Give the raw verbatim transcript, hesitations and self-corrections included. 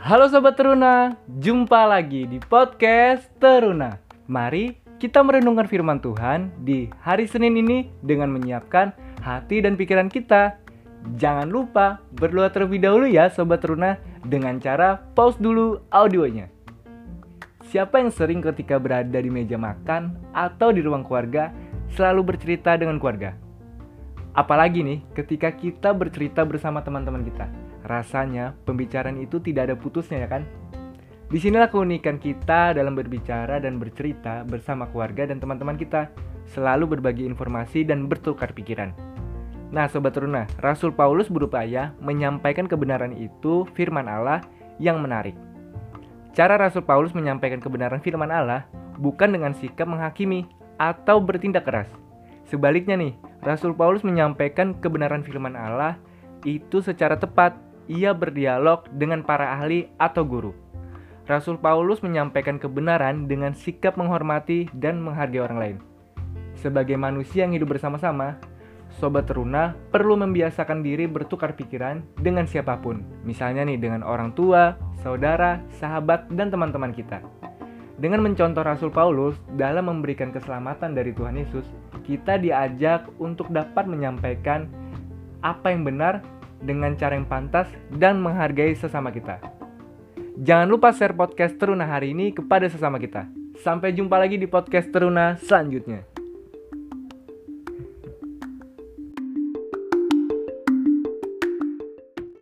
Halo Sobat Teruna, jumpa lagi di podcast Teruna. Mari kita merenungkan firman Tuhan di hari Senin ini dengan menyiapkan hati dan pikiran kita. Jangan lupa berdoa terlebih dahulu ya Sobat Teruna dengan cara pause dulu audionya. Siapa yang sering ketika berada di meja makan atau di ruang keluarga selalu bercerita dengan keluarga? Apalagi nih ketika kita bercerita bersama teman-teman kita. Rasanya pembicaraan itu tidak ada putusnya ya kan? Disinilah keunikan kita dalam berbicara dan bercerita bersama keluarga dan teman-teman kita. Selalu berbagi informasi dan bertukar pikiran. Nah Sobat Teruna, Rasul Paulus berupaya menyampaikan kebenaran itu firman Allah yang menarik. Cara Rasul Paulus menyampaikan kebenaran firman Allah bukan dengan sikap menghakimi atau bertindak keras. Sebaliknya nih, Rasul Paulus menyampaikan kebenaran firman Allah itu secara tepat. Ia berdialog dengan para ahli atau guru. Rasul Paulus menyampaikan kebenaran dengan sikap menghormati dan menghargai orang lain. Sebagai manusia yang hidup bersama-sama, Sobat Teruna perlu membiasakan diri bertukar pikiran dengan siapapun. Misalnya nih dengan orang tua, saudara, sahabat, dan teman-teman kita. Dengan mencontoh Rasul Paulus dalam memberikan keselamatan dari Tuhan Yesus, kita diajak untuk dapat menyampaikan apa yang benar dengan cara yang pantas dan menghargai sesama kita. Jangan lupa share podcast Teruna hari ini kepada sesama kita. Sampai jumpa lagi di podcast Teruna selanjutnya.